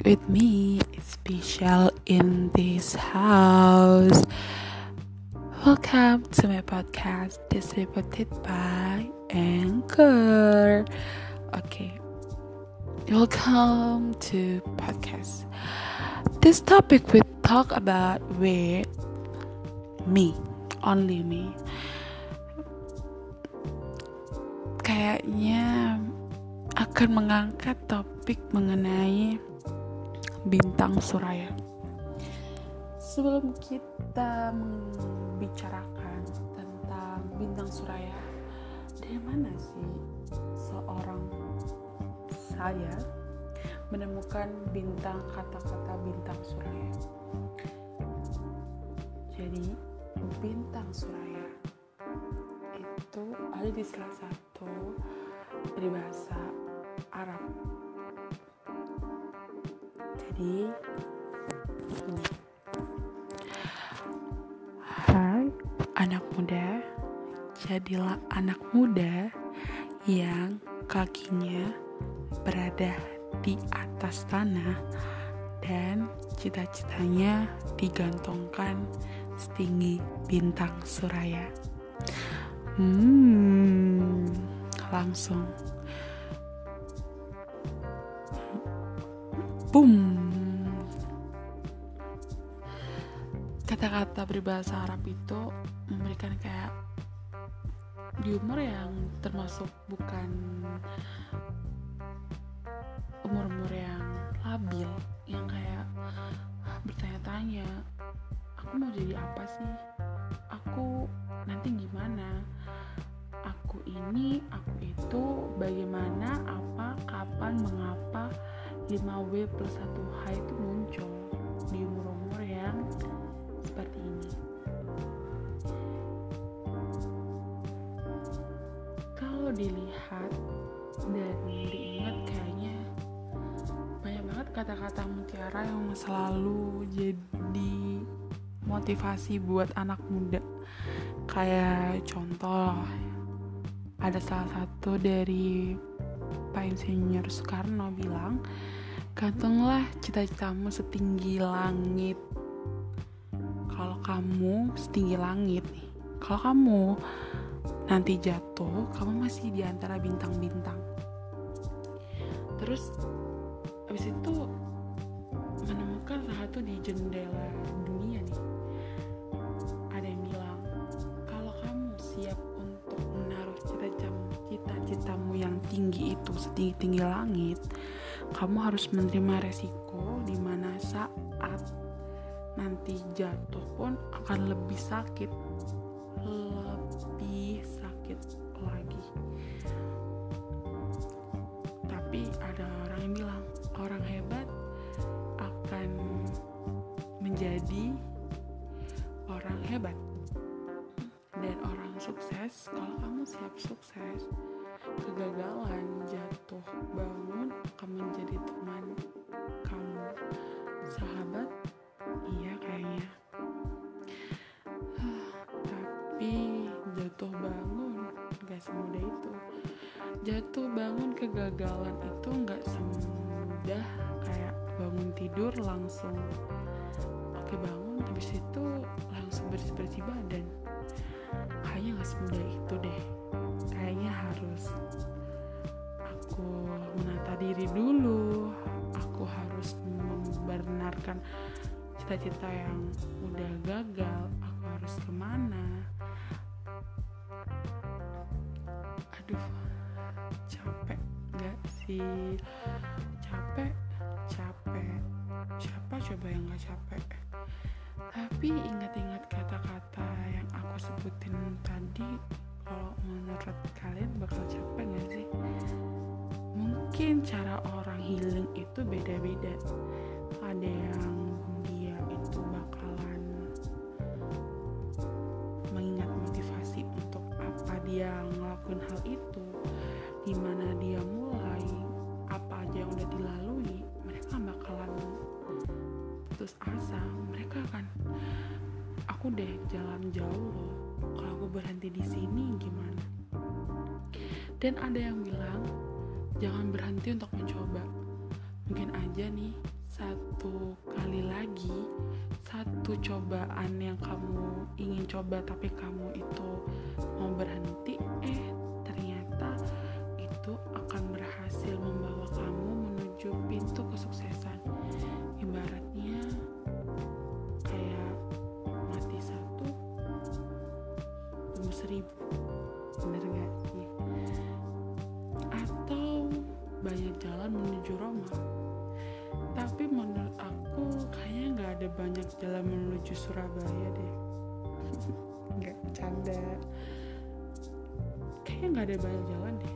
with me, special in this house. Welcome to my podcast distributed by Anchor. Okay, welcome to podcast. This topic we talk about with me, only me. Kayaknya akan mengangkat topik mengenai bintang suraya. Sebelum kita membicarakan tentang bintang suraya, dari mana sih seorang saya menemukan kata-kata bintang suraya? Jadi bintang suraya itu ada di salah satu dari bahasa Arab. Jadi ini. Hai anak muda, jadilah anak muda yang kakinya berada di atas tanah dan cita-citanya digantungkan setinggi bintang suraya. Langsung boom. Kata-kata berbahasa Arab itu memberikan kayak di umur yang termasuk bukan umur-umur yang labil, yang kayak bertanya-tanya, aku mau jadi apa sih? Aku nanti gimana? Aku ini, aku itu, bagaimana, apa, kapan, mengapa 5W plus 1H itu muncul di umur-umur yang seperti ini. Kalau dilihat dan diingat, kayaknya banyak banget kata-kata mutiara yang selalu jadi motivasi buat anak muda. Kayak contoh, ada salah satu dari Pak Insinyur Soekarno bilang, gantunglah cita-citamu setinggi langit. Kalau kamu setinggi langit nih, kalau kamu nanti jatuh, kamu masih di antara bintang-bintang. Terus habis itu menemukan salah satu di jendela dunia nih, ada yang bilang, kalau kamu siap untuk menaruh cita-citamu yang tinggi itu setinggi langit, kamu harus menerima resiko di mana saat nanti jatuh pun akan lebih sakit lagi. Tapi ada orang yang bilang, orang hebat akan menjadi orang hebat, dan orang sukses, kalau kamu siap sukses, kegagalan, jatuh bangun akan menjadi teman kamu. Sahabat, iya kayaknya. Tapi jatuh bangun gak semudah itu. Jatuh bangun kegagalan itu gak semudah kayak bangun tidur langsung oke bangun, habis itu langsung bersih-bersih badan. Kayaknya gak semudah itu deh. Kayaknya harus aku menata diri dulu, aku harus membenarkan cita-cita yang udah gagal, aku harus kemana. Aduh, capek gak sih? Capek. Siapa coba yang gak capek? Tapi ingat-ingat kata-kata yang aku sebutin tadi, kalau menurut kalian bakal capek gak sih? Mungkin cara orang healing itu beda-beda. Ada yang dia itu bakalan mengingat motivasi untuk apa dia ngelakuin hal itu, dimana dia mulai, apa aja yang udah dilalui, mereka bakalan putus asa. Mereka kan, aku deh jalan jauh loh, kalau aku berhenti di sini gimana? Dan ada yang bilang, jangan berhenti untuk mencoba. Mungkin aja nih satu kali lagi, satu cobaan yang kamu ingin coba tapi kamu itu mau berhenti, ternyata itu akan berhasil membawa kamu menuju pintu kesuksesan. Ibaratnya kayak mati satu tumbuh 1000, bener gak sih? Atau banyak jalan menuju Roma, tapi menurut aku kayaknya gak ada banyak jalan menuju Surabaya deh. Gak bercanda, kayaknya gak ada banyak jalan deh.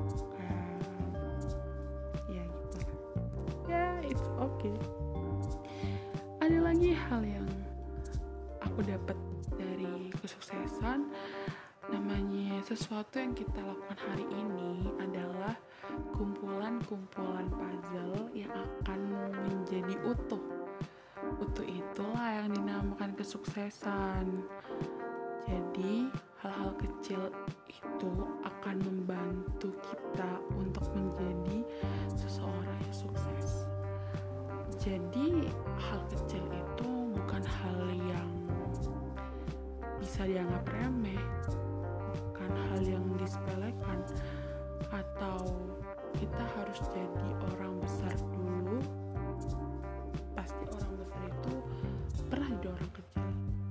Ya gitu lah. Ya it's okay. Ada lagi hal yang aku dapat dari kesuksesan, namanya sesuatu yang kita lakukan hari ini adalah kumpulan-kumpulan puzzle yang akan menjadi utuh. Utuh itulah yang dinamakan kesuksesan. Jadi hal-hal kecil itu akan membantu kita untuk menjadi seseorang yang sukses. Jadi hal kecil itu bukan hal yang bisa dianggap remeh, bukan hal yang disepelekan, atau kita harus jadi orang besar dulu. Pasti orang besar itu pernah jadi orang kecil.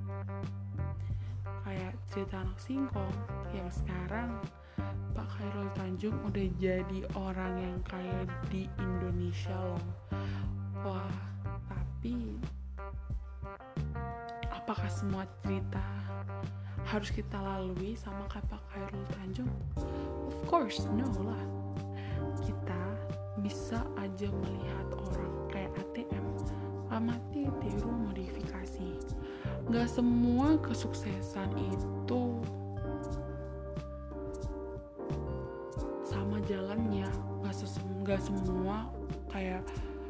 Kayak cerita anak singkong yang sekarang Pak Khairul Tanjung udah jadi orang yang kaya di Indonesia loh. Wah, tapi apakah semua cerita harus kita lalui sama kayak Pak Khairul Tanjung? Of course, no lah. Kita bisa aja melihat orang kayak ATM, amati, tiru, modifikasi. Gak semua kesuksesan itu sama jalannya. Gak semua kayak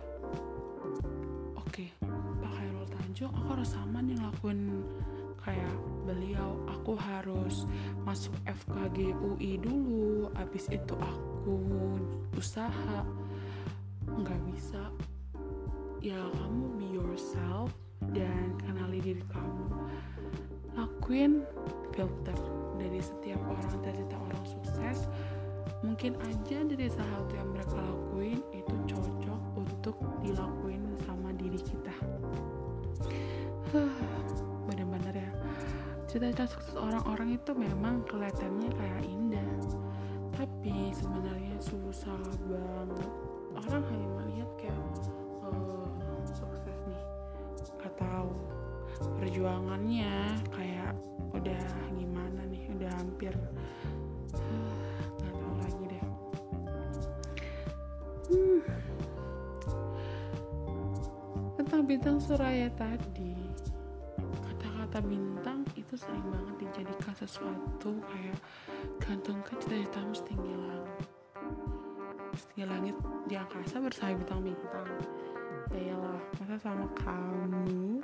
Pak Khairul Tanjung, aku harus sama nih ngelakuin kayak beliau. Aku harus masuk FKG UI dulu, abis itu aku usaha. Nggak bisa. Ya kamu be yourself dan kenali diri kamu. Lakuin filter dari setiap orang, cerita orang sukses. Mungkin aja dari salah satu yang mereka lakuin itu cocok untuk dilakuin sama diri kita. Bener-bener ya, cerita-cerita sukses orang-orang itu memang kelihatannya kayak indah, tapi sebenarnya susah banget. Orang hanya melihat kayak sukses nih, gak tahu perjuangannya kayak udah gimana nih, udah hampir gak tahu lagi deh. Tentang bintang Suraya tadi, kata-kata bintang itu sering banget dijadikan sesuatu kayak gantungkan cita-citamu setinggi langit. Setinggi langit di angkasa bersama bintang-bintang. Ya iyalah, masa sama kamu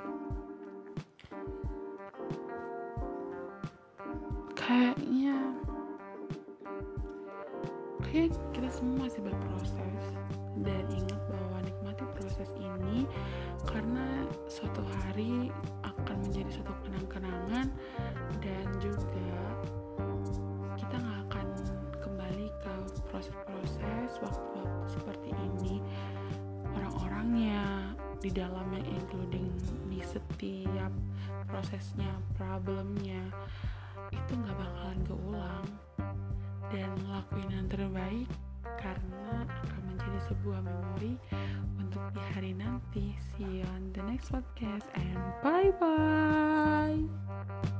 kayak kita semua masih berproses. Dan ingat bahwa nikmati proses ini, karena suatu hari akan menjadi suatu kenang-kenangan. Dan juga kita gak akan kembali ke proses-proses waktu-waktu seperti ini. Orang-orangnya di dalamnya, including di setiap prosesnya, problemnya, itu gak bakalan keulang. Dan ngelakuin yang terbaik karena akan menjadi sebuah memori untuk di hari nanti. See you on the next podcast and bye-bye.